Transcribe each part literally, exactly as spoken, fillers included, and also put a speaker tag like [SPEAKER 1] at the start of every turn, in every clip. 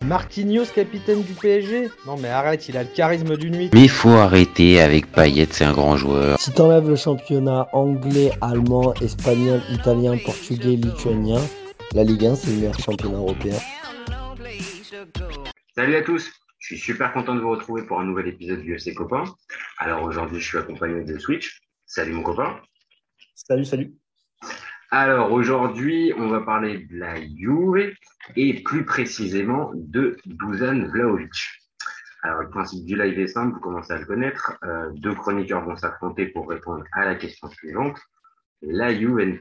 [SPEAKER 1] Marquinhos, capitaine du P S G? Non mais arrête, il a le charisme d'une nuit.
[SPEAKER 2] Mais faut arrêter avec Payet, c'est un grand joueur.
[SPEAKER 3] Si t'enlèves le championnat anglais, allemand, espagnol, italien, portugais, lituanien, la Ligue un, c'est le meilleur championnat européen.
[SPEAKER 4] Salut à tous, je suis super content de vous retrouver pour un nouvel épisode du F C Copain. Alors aujourd'hui, je suis accompagné de Switch. Salut mon copain.
[SPEAKER 5] Salut, salut.
[SPEAKER 4] Alors aujourd'hui, on va parler de la Juve et plus précisément de Dusan Vlahovic. Alors le principe du live est simple, vous commencez à le connaître. Euh, deux chroniqueurs vont s'affronter pour répondre à la question suivante. La Juve,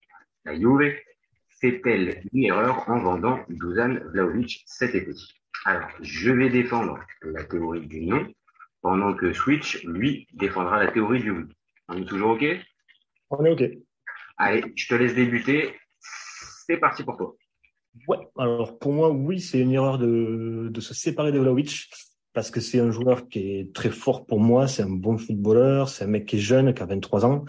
[SPEAKER 4] la Juve fait-elle une erreur en vendant Dusan Vlahovic cet été? Alors, je vais défendre la théorie du non, pendant que Switch, lui, défendra la théorie du oui. On est toujours OK?
[SPEAKER 5] On est OK.
[SPEAKER 4] Allez, je te laisse débuter. C'est parti pour toi.
[SPEAKER 5] Ouais, alors pour moi, oui, c'est une erreur de, de se séparer de Vlahovic, parce que c'est un joueur qui est très fort pour moi, c'est un bon footballeur, c'est un mec qui est jeune, qui a vingt-trois ans,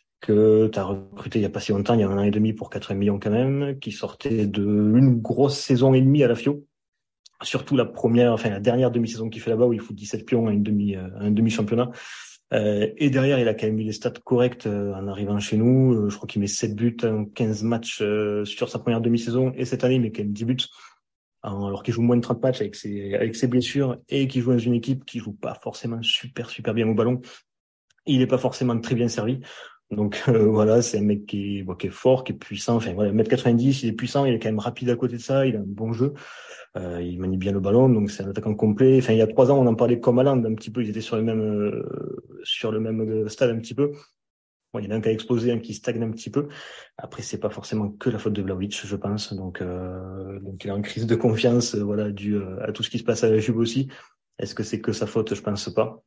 [SPEAKER 5] que tu as recruté il y a pas si longtemps, il y a un an et demi pour quatre-vingts millions quand même, qui sortait de une grosse saison et demie à la Fio. Surtout la première, enfin la dernière demi-saison qu'il fait là-bas où il fout dix-sept pions à une demi, à un demi-championnat. Euh, et derrière, il a quand même eu des stats correctes euh, en arrivant chez nous. Euh, je crois qu'il met sept buts en quinze matchs euh, sur sa première demi-saison. Et cette année, il met quand même dix buts. Alors, alors qu'il joue moins de trente matchs avec ses, avec ses blessures et qu'il joue dans une équipe qui joue pas forcément super, super bien au ballon. Il est pas forcément très bien servi. Donc euh, voilà, c'est un mec qui est, bon, qui est fort, qui est puissant. Enfin voilà, un mètre quatre-vingt-dix, il est puissant, il est quand même rapide à côté de ça, il a un bon jeu. Euh, il manie bien le ballon, donc c'est un attaquant complet. Enfin, il y a trois ans, on en parlait comme Haaland un petit peu. Ils étaient sur le même euh, sur le même stade un petit peu. Bon, il y en a un qui a explosé, un qui stagne un petit peu. Après, c'est pas forcément que la faute de Vlahovic, je pense. Donc, euh, donc il est en crise de confiance, euh, voilà, dû euh, à tout ce qui se passe à la Juve aussi. Est-ce que c'est que sa faute? Je pense pas.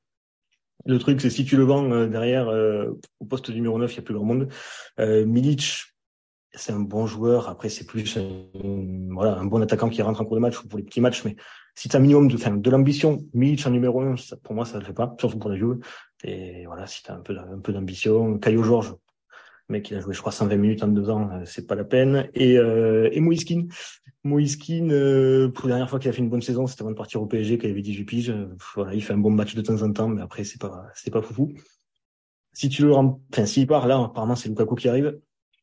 [SPEAKER 5] Le truc, c'est si tu le vends euh, derrière euh, au poste numéro neuf, il y a plus grand monde. Euh, Milic, c'est un bon joueur. Après, c'est plus un, voilà, un bon attaquant qui rentre en cours de match ou pour les petits matchs. Mais si tu as un minimum de, enfin, de l'ambition, Milic en numéro un, ça, pour moi, ça le fait pas, surtout pour la Juve. Et voilà, si tu as un peu, un peu d'ambition, Caio Georges, le mec, il a joué, je crois, cent vingt minutes en deux ans, euh, c'est pas la peine. Et, euh, et Moïskine. Moïskine, euh, pour la dernière fois qu'il a fait une bonne saison, c'était avant de partir au P S G, quand il avait dix-huit piges. Euh, voilà, il fait un bon match de temps en temps, mais après, c'est pas, c'est pas foufou. Si tu le rends, enfin, s'il part, là, apparemment, c'est Lukaku qui arrive.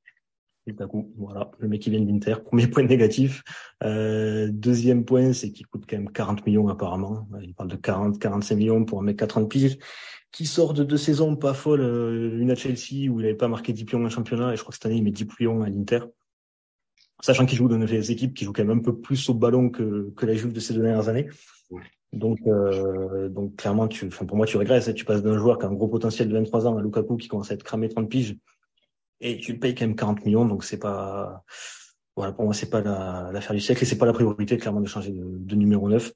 [SPEAKER 5] Lukaku, voilà, le mec qui vient de l'Inter. Premier point négatif. Euh, deuxième point, c'est qu'il coûte quand même quarante millions apparemment. Il parle de quarante, quarante-cinq millions pour un mec à trente piges qui sort de deux saisons pas folles. Euh, une à Chelsea où il n'avait pas marqué dix pions en championnat et je crois que cette année il met dix pions à l'Inter. Sachant qu'il joue dans des équipes qui jouent quand même un peu plus au ballon que, que la Juve de ces deux dernières années. Donc, euh, donc clairement, tu, enfin, pour moi, tu régresses. Tu passes d'un joueur qui a un gros potentiel de vingt-trois ans à Lukaku qui commence à être cramé trente piges. Et tu le payes quand même quarante millions, donc c'est pas, voilà, pour moi, c'est pas la, l'affaire du siècle et c'est pas la priorité, clairement, de changer de, de numéro neuf.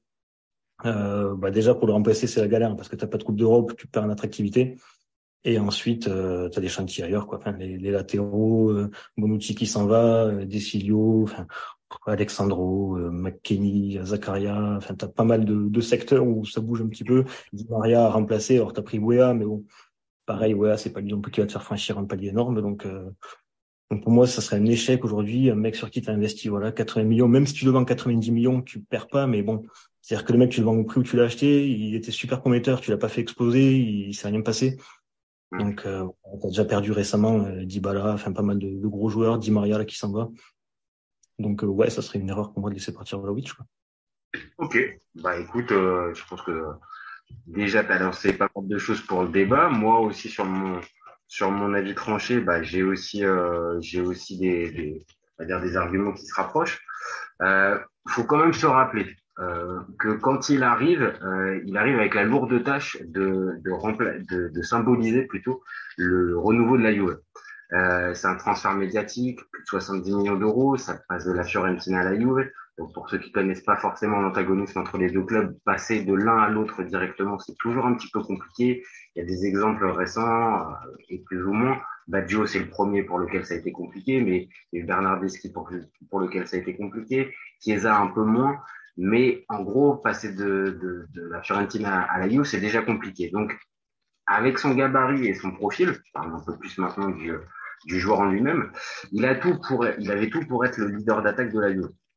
[SPEAKER 5] Euh, bah, déjà, pour le remplacer, c'est la galère, parce que t'as pas de Coupe d'Europe, tu perds en attractivité. Et ensuite, euh, t'as des chantiers ailleurs, quoi. Enfin, les, les latéraux, euh, Bonucci qui s'en va, euh, Desilio, enfin, Alexandro, euh, McKennie, Zakaria, enfin, t'as pas mal de, de secteurs où ça bouge un petit peu. Di Maria a remplacé, alors t'as pris Wea, mais bon, pareil, Wea, c'est pas lui non plus qui va te faire franchir un palier énorme, donc, euh, donc pour moi, ça serait un échec aujourd'hui. Un mec sur qui tu as investi, voilà, quatre-vingts millions, même si tu le vends quatre-vingt-dix millions, tu perds pas, mais bon, c'est-à-dire que le mec, tu le vends au prix où tu l'as acheté, il était super prometteur, tu l'as pas fait exploser, il, il s'est rien passé. Donc, euh, t'as déjà perdu récemment euh, Dybala, enfin pas mal de, de gros joueurs, Di Maria là qui s'en va. Donc euh, ouais, ça serait une erreur pour moi de laisser partir Vlahovic, quoi.
[SPEAKER 4] Ok, bah écoute, euh, je pense que déjà tu as lancé pas mal de choses pour le débat. Moi aussi sur mon sur mon avis tranché, bah j'ai aussi euh, j'ai aussi des, des on va dire des arguments qui se rapprochent. Euh, faut quand même se rappeler euh, que quand il arrive, euh, il arrive avec la lourde tâche de de, rempla- de, de symboliser plutôt le renouveau de la Juve. Euh, c'est un transfert médiatique, plus de soixante-dix millions d'euros, ça passe de la Fiorentina à la Juve. Donc pour ceux qui connaissent pas forcément l'antagonisme entre les deux clubs, passer de l'un à l'autre directement, c'est toujours un petit peu compliqué. Il y a des exemples récents euh, et plus ou moins. Baggio, c'est le premier pour lequel ça a été compliqué, mais il y a eu Bernardeschi pour, pour lequel ça a été compliqué. Chiesa un peu moins. Mais en gros, passer de, de, de la Fiorentina à la Juve, c'est déjà compliqué. Donc avec son gabarit et son profil, je parle un peu plus maintenant du, du joueur en lui-même, il a tout pour, il avait tout pour être le leader d'attaque de la Juve.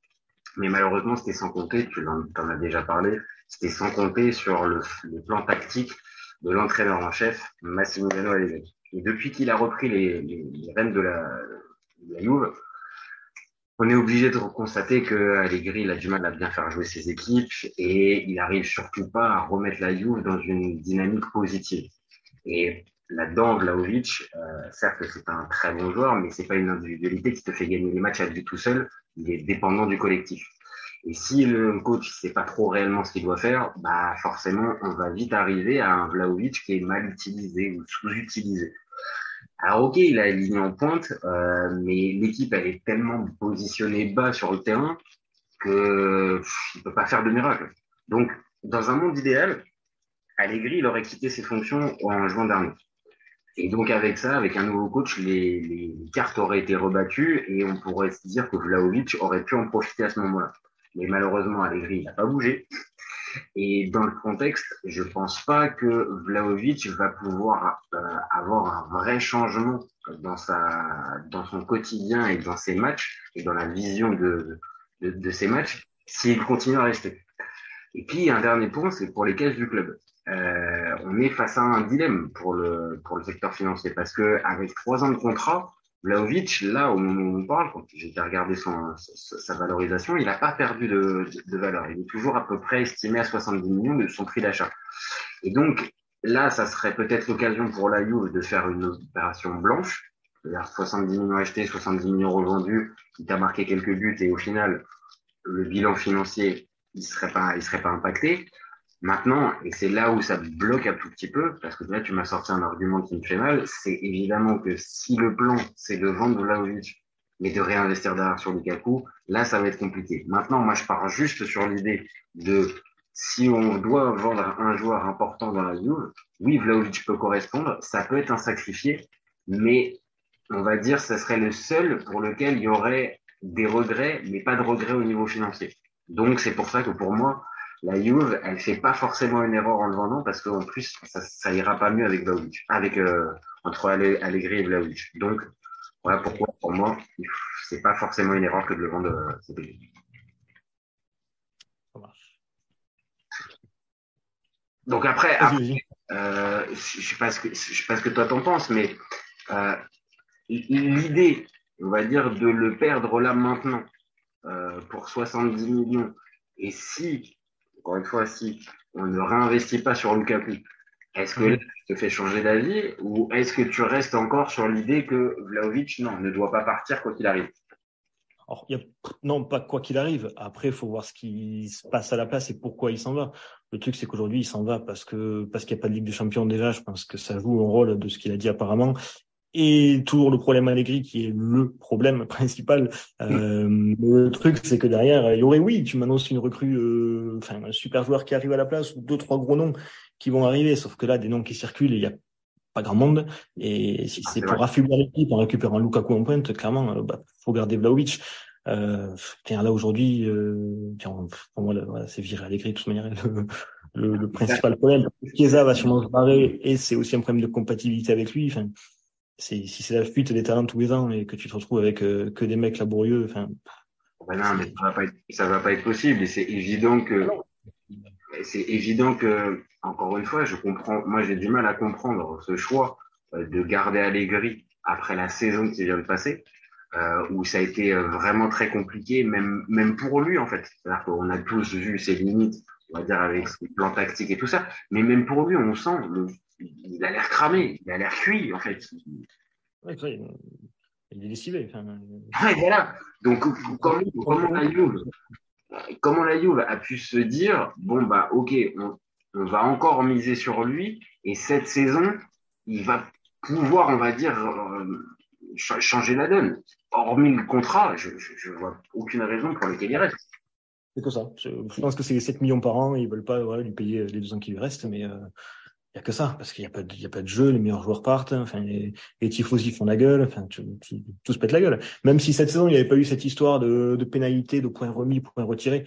[SPEAKER 4] Mais malheureusement, c'était sans compter, tu en, t'en as déjà parlé, c'était sans compter sur le, le plan tactique de l'entraîneur en chef, Massimiliano Allegri. Et depuis qu'il a repris les, les, les rênes de la, de la Juve, on est obligé de constater que Allegri, il a du mal à bien faire jouer ses équipes et il arrive surtout pas à remettre la Juve dans une dynamique positive. Et là-dedans, Vlahovic, euh, certes, c'est un très bon joueur, mais c'est pas une individualité qui te fait gagner les matchs à lui tout seul. Il est dépendant du collectif. Et si le coach sait pas trop réellement ce qu'il doit faire, bah forcément, on va vite arriver à un Vlahovic qui est mal utilisé ou sous-utilisé. Alors ok, il a aligné en pointe, euh, mais l'équipe elle est tellement positionnée bas sur le terrain que pff, il peut pas faire de miracle. Donc, dans un monde idéal, Allegri il aurait quitté ses fonctions en juin dernier. Et donc avec ça, avec un nouveau coach, les, les cartes auraient été rebattues et on pourrait se dire que Vlahovic aurait pu en profiter à ce moment-là. Mais malheureusement, Allegri n'a pas bougé. Et dans le contexte, je pense pas que Vlahovic va pouvoir euh, avoir un vrai changement dans sa, dans son quotidien et dans ses matchs et dans la vision de, de, de ses matchs s'il continue à rester. Et puis un dernier point, c'est pour les caisses du club. Euh, on est face à un dilemme pour le pour le secteur financier parce que avec trois ans de contrat, Vlahovic, là, au moment où on parle, quand j'ai été regarder son, sa, sa valorisation, il n'a pas perdu de, de, de valeur. Il est toujours à peu près estimé à soixante-dix millions de son prix d'achat. Et donc, là, ça serait peut-être l'occasion pour la Juve de faire une opération blanche. C'est-à-dire soixante-dix millions achetés, soixante-dix millions revendus, qui t'a marqué quelques buts et au final, le bilan financier, il serait pas, il serait pas impacté. Maintenant, et c'est là où ça bloque un tout petit peu, parce que là, tu m'as sorti un argument qui me fait mal, c'est évidemment que si le plan, c'est de vendre Vlahovic, mais de réinvestir derrière sur Lukaku, là, ça va être compliqué. Maintenant, moi, je pars juste sur l'idée de, si on doit vendre un joueur important dans la Juve, oui, Vlahovic peut correspondre, ça peut être un sacrifié, mais on va dire, ça serait le seul pour lequel il y aurait des regrets, mais pas de regrets au niveau financier. Donc, c'est pour ça que pour moi, la Juve, elle fait pas forcément une erreur en le vendant parce qu'en plus, ça, ça ira pas mieux avec Vlahovic, avec euh, entre Allegri et Vlahovic. Donc, voilà pourquoi pour moi, c'est pas forcément une erreur que de le vendre. Euh,
[SPEAKER 5] Ça marche.
[SPEAKER 4] Donc après,
[SPEAKER 5] Vas-y,
[SPEAKER 4] après
[SPEAKER 5] vas-y.
[SPEAKER 4] euh, je sais pas ce que je sais pas ce que toi t'en penses, mais euh, l'idée, on va dire, de le perdre là maintenant euh, pour soixante-dix millions, et si encore une fois, si on ne réinvestit pas sur Lukaku, est-ce que là, tu te fais changer d'avis ou est-ce que tu restes encore sur l'idée que Vlahovic, non, ne doit pas partir quoi qu'il arrive?
[SPEAKER 5] Alors, il y a, non, pas quoi qu'il arrive. Après, il faut voir ce qui se passe à la place et pourquoi il s'en va. Le truc, c'est qu'aujourd'hui, il s'en va parce que parce qu'il n'y a pas de Ligue des Champions déjà. Je pense que ça joue un rôle de ce qu'il a dit apparemment. Et toujours le problème Allegri qui est le problème principal. Euh, le truc, c'est que derrière, il y aurait, oui, tu m'annonces une recrue, euh, enfin, un super joueur qui arrive à la place ou deux, trois gros noms qui vont arriver. Sauf que là, des noms qui circulent, il y a pas grand monde. Et si c'est pour affaiblir l'équipe en récupérant Lukaku en pointe, clairement, euh, bah, faut garder Vlahovic. Euh, tiens, là, aujourd'hui, euh, tiens, pour moi, là, voilà, c'est viré Allegri de toute manière. Le, le, le principal problème, Chiesa va sûrement se barrer et c'est aussi un problème de compatibilité avec lui. Enfin, c'est, si c'est la fuite des talents tous les ans et que tu te retrouves avec euh, que des mecs laborieux, enfin.
[SPEAKER 4] Ben non, mais ça va pas être, ça va pas être possible et c'est évident que, c'est évident que, encore une fois, je comprends, moi j'ai du mal à comprendre ce choix euh, de garder Allegri après la saison qui vient de passer, euh, où ça a été euh, vraiment très compliqué, même, même pour lui en fait. C'est-à-dire qu'on a tous vu ses limites, on va dire avec ses plans tactiques et tout ça, mais même pour lui, on sent, le, il a l'air cramé, il a l'air cuit en fait.
[SPEAKER 5] Ouais, ouais, il est lessivé. Enfin,
[SPEAKER 4] ouais, voilà. Donc comment, comment la Juve, comment la Juve a pu se dire bon bah ok, on, on va encore miser sur lui et cette saison il va pouvoir, on va dire, euh, ch- changer la donne. Hormis le contrat, je, je, je vois aucune raison pour laquelle il reste.
[SPEAKER 5] c'est que ça. Je, je pense que c'est sept millions par an. Ils veulent pas voilà, lui payer les deux ans qui lui restent, mais euh, il y a que ça parce qu'il y a pas de, il y a pas de jeu. Les meilleurs joueurs partent. Enfin, les, les tifosi font la gueule. Enfin, tout, tout, tout se pète la gueule. Même si cette saison il n'y avait pas eu cette histoire de, de pénalité, de points remis, points retirés,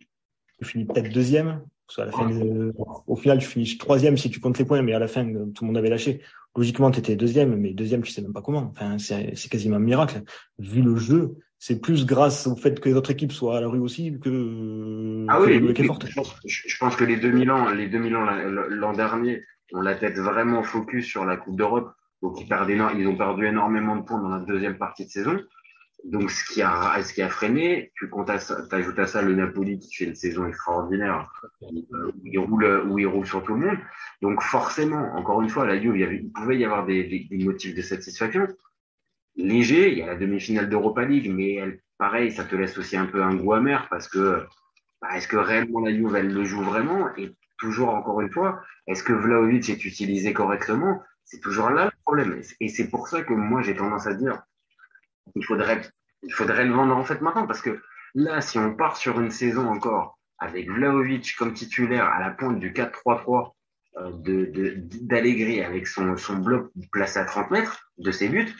[SPEAKER 5] tu finis peut-être deuxième. Parce qu'à la fin, de, au final, tu finis troisième si tu comptes les points, mais à la fin, tout le monde avait lâché. Logiquement, tu étais deuxième, mais deuxième, tu sais même pas comment. Enfin, c'est, c'est quasiment un miracle. Vu le jeu, c'est plus grâce au fait que les autres équipes soient à la rue aussi que,
[SPEAKER 4] Ah
[SPEAKER 5] que
[SPEAKER 4] oui,
[SPEAKER 5] la Juve qui est
[SPEAKER 4] mais
[SPEAKER 5] forte.
[SPEAKER 4] je pense, je je pense que les deux mille ans, les deux mille ans l'an l'an dernier, ont la tête vraiment focus sur la Coupe d'Europe. Donc ils perdent éno- ils ont perdu énormément de points dans la deuxième partie de saison. Donc ce qui a, ce qui a freiné, tu comptes à ça, t'ajoutes à ça le Napoli qui fait une saison extraordinaire, euh, où il roule, où il roule sur tout le monde. Donc forcément, encore une fois, la Juve, il y avait, il pouvait y avoir des, des, des motifs de satisfaction. Léger, il y a la demi-finale d'Europa League, mais elle, pareil, ça te laisse aussi un peu un goût amer parce que bah, est-ce que réellement la Juve, elle le joue vraiment? Et toujours, encore une fois, est-ce que Vlahovic est utilisé correctement? C'est toujours là le problème. Et c'est pour ça que moi, j'ai tendance à dire, il faudrait, il faudrait le vendre en fait maintenant parce que là, si on part sur une saison encore avec Vlahovic comme titulaire à la pointe du quatre trois trois euh, de, de, d'Allegri avec son, son bloc placé à trente mètres de ses buts,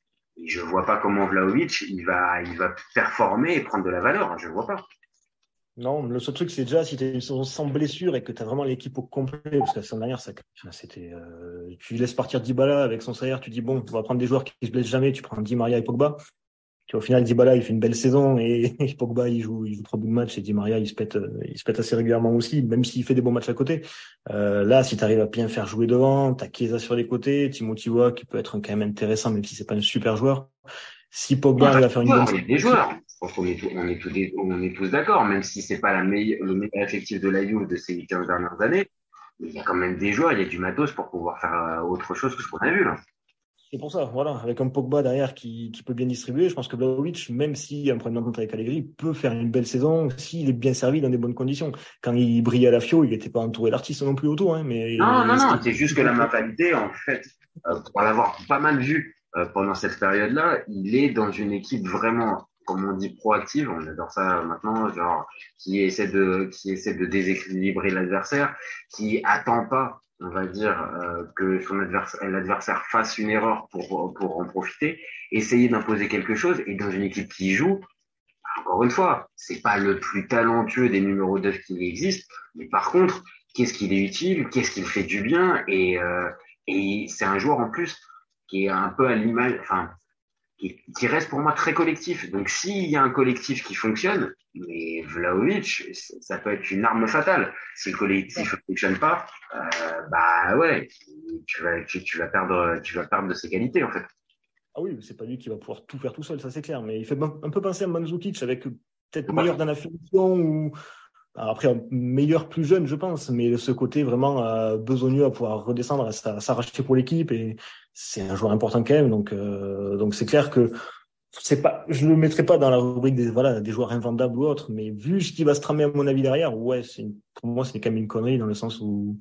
[SPEAKER 4] je vois pas comment Vlahovic, il va, il va performer et prendre de la valeur. Je vois pas.
[SPEAKER 5] Non, le seul truc, c'est déjà si tu es sans blessure et que tu as vraiment l'équipe au complet, parce que la semaine dernière, ça, c'était, euh, tu laisses partir Dybala avec son salaire, tu dis bon, on va prendre des joueurs qui se blessent jamais, tu prends Di Maria et Pogba. Tu vois, au final, Dybala, il fait une belle saison et, et Pogba, il joue, il joue trois bouts de match et Di Maria, il se pète, il se pète assez régulièrement aussi, même s'il fait des bons matchs à côté. Euh, là, si tu arrives à bien faire jouer devant, t'as Chiesa sur les côtés, Timothy Weah qui peut être quand même intéressant, même si c'est pas un super joueur. Si Pogba arrive à faire une bonne
[SPEAKER 4] Il y a des joueurs. Je pense qu'on est, tous- on est tous, des- on est tous d'accord, même si c'est pas la meilleure, le meilleur effectif de la Juve de ces quinze dernières années. Mais il y a quand même des joueurs, il y a du matos pour pouvoir faire euh, autre chose que ce qu'on a vu là.
[SPEAKER 5] C'est pour ça, voilà, avec un Pogba derrière qui, qui peut bien distribuer, je pense que Vlahovic, même s'il y a un problème d'entente avec Allegri, peut faire une belle saison s'il est bien servi dans des bonnes conditions. Quand il brillait à la Fio, il n'était pas entouré d'artistes non plus autour, hein,
[SPEAKER 4] Non, non,
[SPEAKER 5] mais
[SPEAKER 4] non,
[SPEAKER 5] c'était...
[SPEAKER 4] c'est juste que la mentalité, en fait, euh, pour l'avoir pas mal vu euh, pendant cette période-là, il est dans une équipe vraiment, comme on dit, proactive. On adore ça maintenant, genre qui essaie de, qui essaie de déséquilibrer l'adversaire, qui attend pas, on va dire, euh, que son adversaire, l'adversaire fasse une erreur pour pour en profiter, essayer d'imposer quelque chose. Et dans une équipe qui joue, encore une fois, c'est pas le plus talentueux des numéros neuf qui existe, mais par contre, qu'est-ce qu'il est utile, qu'est-ce qu'il fait du bien, et, euh, et c'est un joueur en plus qui est un peu à l'image, enfin, qui, qui reste pour moi très collectif. Donc s'il y a un collectif qui fonctionne, mais Vlahovic, ça peut être une arme fatale. Si le collectif ne fonctionne pas, euh, bah ouais, tu vas, tu, tu vas perdre, tu vas perdre de ses qualités en fait.
[SPEAKER 5] Ah oui, c'est pas lui qui va pouvoir tout faire tout seul, ça c'est clair, mais il fait un peu penser à Mandzukic avec peut-être
[SPEAKER 4] Ouais.
[SPEAKER 5] meilleur dans la finition ou alors après un meilleur plus jeune, je pense, mais ce côté vraiment euh, besogneux à pouvoir redescendre, à s'arracher pour l'équipe et c'est un joueur important quand même, donc euh, donc c'est clair que c'est pas, je le mettrai pas dans la rubrique des voilà des joueurs invendables ou autres, mais vu ce qui va se tramer à mon avis derrière, ouais, c'est une, pour moi c'est quand même une connerie dans le sens où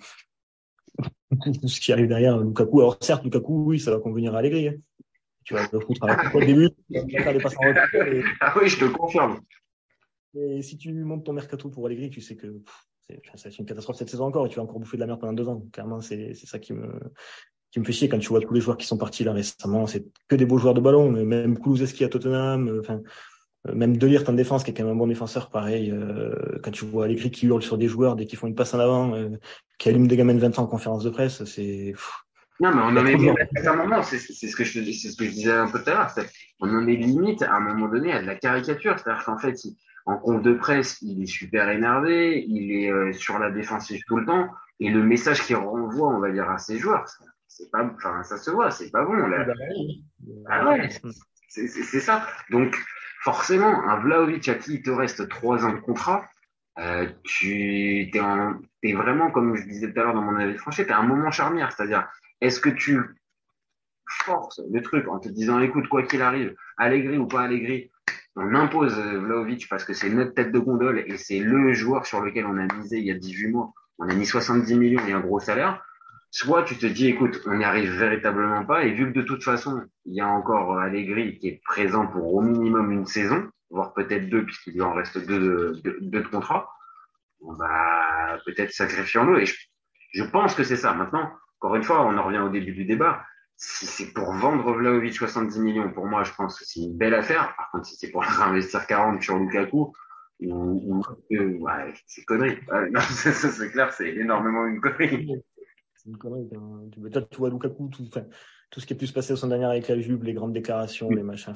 [SPEAKER 5] ce qui arrive derrière Lukaku. Alors certes, Lukaku, oui, ça va convenir à Allegri. Hein. Tu vas le foutre à la coupe au début, tu vas faire des passes en retour. Et,
[SPEAKER 4] Ah oui, je te confirme.
[SPEAKER 5] et si tu montes ton mercato pour Allegri, tu sais que pff, c'est, c'est une catastrophe cette saison encore et tu vas encore bouffer de la merde pendant deux ans. Clairement, c'est, c'est ça qui me, qui me fait chier quand tu vois tous les joueurs qui sont partis là récemment. C'est que des beaux joueurs de ballon, mais même Kulusevski à Tottenham, enfin, euh, même De Ligt en défense, qui est quand même un bon défenseur, pareil. Euh, quand tu vois Allegri qui hurle sur des joueurs dès qu'ils font une passe en avant, euh, qui allume des gamins de vingt ans en conférence de presse, c'est. Pff,
[SPEAKER 4] Non, mais on
[SPEAKER 5] il y a
[SPEAKER 4] en
[SPEAKER 5] trop
[SPEAKER 4] est
[SPEAKER 5] de joueurs.
[SPEAKER 4] limite à un moment, c'est c'est ce que je te dis, c'est ce que je disais un peu tout à l'heure. c'est- On en est limite à un moment donné à de la caricature. C'est-à-dire qu'en fait, il- en conf de presse, il est super énervé, il est euh, sur la défensive tout le temps, et le message qu'il renvoie, on va dire, à ses joueurs, ça- c'est pas, enfin, ça se voit, c'est pas bon là. Ah ouais, c'est c'est- c'est ça. Donc, forcément, un Vlahovic à qui il te reste trois ans de contrat, euh, tu t'es en, t'es vraiment, comme je disais tout à l'heure dans mon avis tranché, t'es à un moment charnière. C'est-à-dire, est-ce que tu forces le truc en te disant, écoute, quoi qu'il arrive, Allegri ou pas Allegri, on impose euh, Vlahovic parce que c'est notre tête de gondole et c'est le joueur sur lequel on a misé il y a dix-huit mois. On a mis soixante-dix millions et un gros salaire. Soit tu te dis, écoute, on n'y arrive véritablement pas, et vu que de toute façon, il y a encore Allegri qui est présent pour au minimum une saison, voire peut-être deux, puisqu'il lui en reste deux de, deux, deux de contrat, on va peut-être sacrifier-le. Et je, je pense que c'est ça. Maintenant, encore une fois, on en revient au début du débat. Si c'est pour vendre Vlahovic soixante-dix millions, pour moi, je pense que c'est une belle affaire. Par contre, si c'est pour réinvestir quarante sur Lukaku, ou, ou euh, ouais, c'est connerie. Ouais, non, c'est, c'est clair, c'est énormément une connerie.
[SPEAKER 5] C'est une connerie. Hein. Tu, toi, tu vois Lukaku, tout, enfin, tout ce qui est pu se passer au son dernier avec la Juve, les grandes déclarations, les machins. Enfin,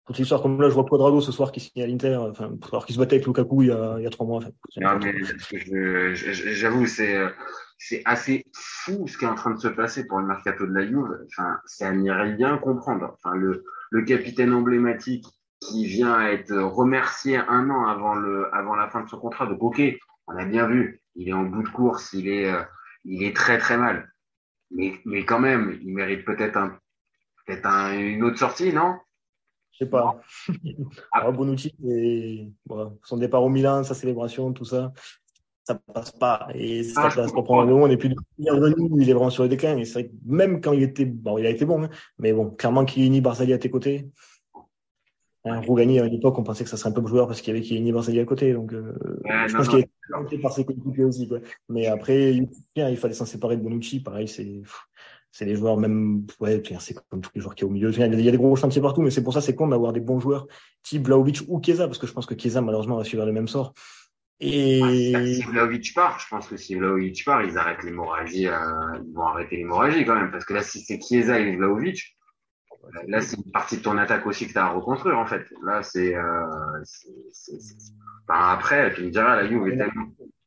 [SPEAKER 5] toute l'histoire, comme là, je vois Cuadrado ce soir qui signe à l'Inter, enfin, alors qu'il se battait avec Lukaku il y a, il y a trois mois. En fait.
[SPEAKER 4] Non, mais je, je, j'avoue, c'est, c'est assez fou ce qui est en train de se passer pour le mercato de la Juve. Enfin, c'est à n'y rien comprendre. Enfin, le, le capitaine emblématique qui vient à être remercié un an avant le, avant la fin de son contrat. Donc, ok, on a bien vu, il est en bout de course, il est, euh, il est très très mal. Mais, mais quand même, il mérite peut-être un, peut-être un, une autre sortie, non?
[SPEAKER 5] Je sais pas. Alors, Bonucci, et, bon, son départ au Milan, sa célébration, tout ça, ça passe pas. Et ça
[SPEAKER 4] Ah,
[SPEAKER 5] passe pas pour un moment. On est plus de il est vraiment sur le déclin. Et c'est vrai que même quand il était, bon, il a été bon, hein, mais bon, clairement, Chiellini, Barzagli à tes côtés. Hein, Rougani, à une époque, on pensait que ça serait un peu joueur parce qu'il y avait Chiellini, Barzagli à côté. Donc, euh,
[SPEAKER 4] ouais,
[SPEAKER 5] je
[SPEAKER 4] non,
[SPEAKER 5] pense
[SPEAKER 4] non,
[SPEAKER 5] qu'il a été par ses coéquipiers aussi, quoi. Mais après, il fallait s'en séparer de Bonucci. Pareil, c'est, c'est des joueurs même, ouais, c'est comme tous les joueurs qui sont au milieu. Il y a des gros chantiers partout, mais c'est pour ça, c'est con d'avoir des bons joueurs type Vlahovic ou Chiesa, parce que je pense que Chiesa, malheureusement, va suivre le même sort. Et...
[SPEAKER 4] Ah, si Vlahovic part, je pense que si Vlahovic part, ils arrêtent l'hémorragie, euh, ils vont arrêter l'hémorragie quand même, parce que là, si c'est Chiesa et Vlahovic, là, c'est une partie de ton attaque aussi que tu as à reconstruire, en fait. Là, c'est, euh, c'est, c'est, c'est... Enfin, après, tu me diras, la Juve est tellement...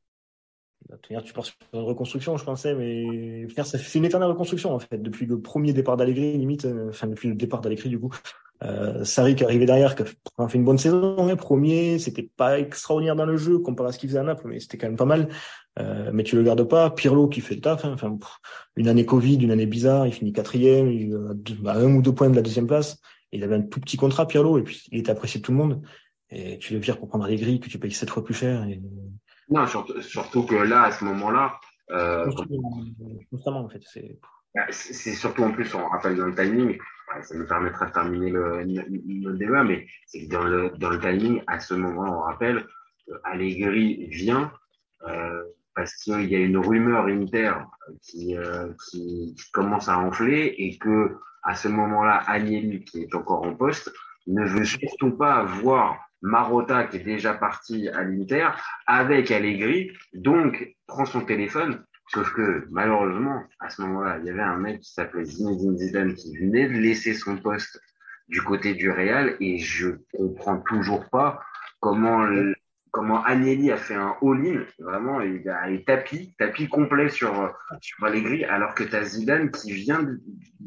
[SPEAKER 5] Tu pars sur une reconstruction, je pensais, mais c'est une éternelle reconstruction en fait. Depuis le premier départ d'Allegri, limite, euh, enfin depuis le départ d'Allegri du coup, euh, Sarri qui est arrivé derrière, qui a fait une bonne saison. Hein, premier, c'était pas extraordinaire dans le jeu comparé à ce qu'il faisait à Naples, mais c'était quand même pas mal. Euh, mais tu le gardes pas. Pirlo qui fait le taf. Hein, enfin, pff, une année Covid, une année bizarre, il finit quatrième, il a deux, bah, un ou deux points de la deuxième place. Il avait un tout petit contrat Pirlo et puis il était apprécié de tout le monde. Et tu le vires pour prendre Allegri que tu payes sept fois plus cher. Et...
[SPEAKER 4] Non, surtout, surtout que là, à ce moment-là, euh,
[SPEAKER 5] constamment en fait. C'est...
[SPEAKER 4] c'est surtout en plus, on rappelle dans le timing, ça nous permettra de terminer le, le, le débat, mais c'est que dans le, dans le timing, à ce moment, on rappelle, Allegri vient euh, parce qu'il y a une rumeur Inter qui, euh, qui, qui commence à enfler et que à ce moment-là, Agnelli, qui est encore en poste, ne veut surtout pas voir Marotta, qui est déjà parti à l'Inter, avec Allegri, donc prend son téléphone. Sauf que, malheureusement, à ce moment-là, il y avait un mec qui s'appelait Zinedine Zidane qui venait de laisser son poste du côté du Real et je comprends toujours pas comment, le, comment Agnelli a fait un all-in. Vraiment, il a un tapis, tapis complet sur, sur Allegri, alors que t'as Zidane qui vient de,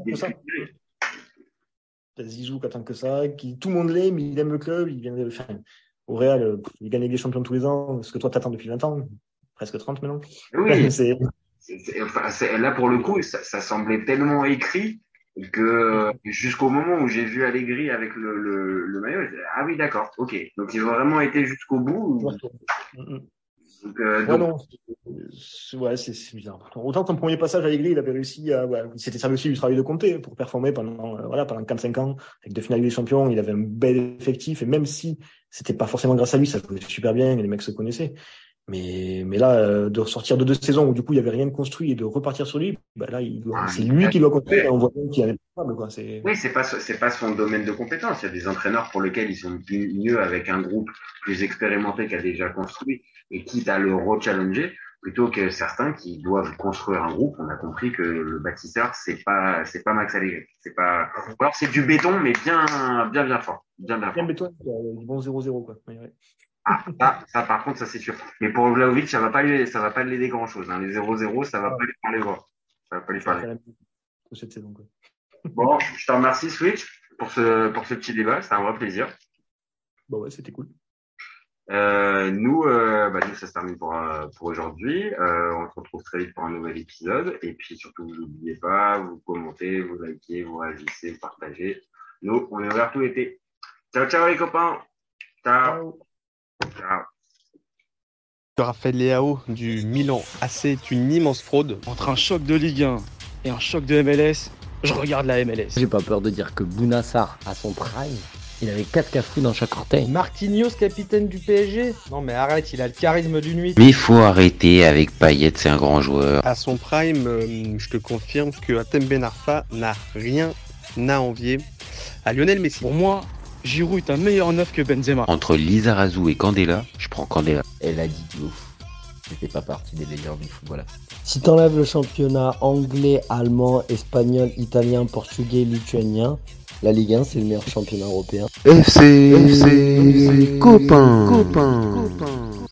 [SPEAKER 4] de
[SPEAKER 5] T'as Zizou qui attend que ça, qui, tout le monde l'aime, il aime le club, il vient de, enfin, au Real, il gagne des champions tous les ans, ce que toi t'attends depuis vingt ans. Presque trente maintenant.
[SPEAKER 4] Oui, c'est... C'est, c'est, enfin, c'est, là pour le coup, ça, ça semblait tellement écrit que jusqu'au moment où j'ai vu Allegri avec le, le, le maillot, j'ai dit, ah oui d'accord, ok. Donc ils ont vraiment été jusqu'au bout. Ou...
[SPEAKER 5] Donc, euh, donc... Ouais, non, c'est, ouais, c'est, c'est bizarre. Autant ton premier passage à Allegri, il avait réussi à, ouais, il s'était servi aussi du travail de Conte pour performer pendant, euh, voilà, pendant quatre cinq ans avec deux finales des champions. Il avait un bel effectif et même si c'était pas forcément grâce à lui, ça jouait super bien, les mecs se connaissaient. Mais, mais là, euh, de ressortir de deux saisons où du coup il y avait rien de construit et de repartir sur lui, bah là, il doit, ah, c'est lui qui doit construire. Et on voit bien qu'il est capable, quoi. C'est...
[SPEAKER 4] Oui, c'est pas, c'est pas son domaine de compétence. Il y a des entraîneurs pour lesquels ils sont mieux avec un groupe plus expérimenté qui a déjà construit et quitte à le re-challenger plutôt que certains qui doivent construire un groupe. On a compris que le bâtisseur, c'est pas, c'est pas Max Allegri. C'est pas, alors c'est du béton, mais bien, bien, bien fort. Bien, bien fort.
[SPEAKER 5] Bien béton, du bon zéro zéro, quoi. Ouais, ouais.
[SPEAKER 4] Ah, ça, ça, par contre, ça, c'est sûr. Mais pour Vlahovic, ça va pas lui, ça va pas l'aider grand chose, hein. Les zéro zéro, ça va ah. pas lui parler voir. Ça va pas lui parler.
[SPEAKER 5] Cette saison, quoi.
[SPEAKER 4] Bon, je te remercie, Switch, pour ce, pour ce petit débat. C'était un vrai plaisir.
[SPEAKER 5] Bon, ouais, c'était cool.
[SPEAKER 4] Euh, nous, euh, bah, nous, ça se termine pour, euh, pour aujourd'hui. Euh, on se retrouve très vite pour un nouvel épisode. Et puis, surtout, vous n'oubliez pas, vous commentez, vous likez, vous réagissez, vous partagez. Nous, on est ouvert tout l'été. Ciao, ciao, les copains. Ciao. Ciao.
[SPEAKER 6] Raphaël Leao du Milan A C est une immense fraude.
[SPEAKER 7] Entre un choc de Ligue un et un choc de M L S, je regarde la M L S.
[SPEAKER 3] J'ai pas peur de dire que Bouna Sarr, à son prime, il avait quatre cafous dans chaque orteil.
[SPEAKER 1] Marquinhos, capitaine du P S G ? Non mais arrête, il a le charisme d'une nuit.
[SPEAKER 2] Mais il faut arrêter avec Payet, c'est un grand joueur.
[SPEAKER 6] À son prime, euh, je te confirme que Hatem Ben Arfa n'a rien à envier à Lionel Messi.
[SPEAKER 7] Pour moi, Giroud est un meilleur neuf que Benzema.
[SPEAKER 2] Entre Lizarazu et Candela, je prends Candela.
[SPEAKER 3] Elle a dit de ouf. C'était pas partie des meilleurs du football. Si t'enlèves le championnat anglais, allemand, espagnol, italien, portugais, lituanien, La Ligue un, c'est le meilleur championnat européen.
[SPEAKER 2] F C, F C, copain, copain.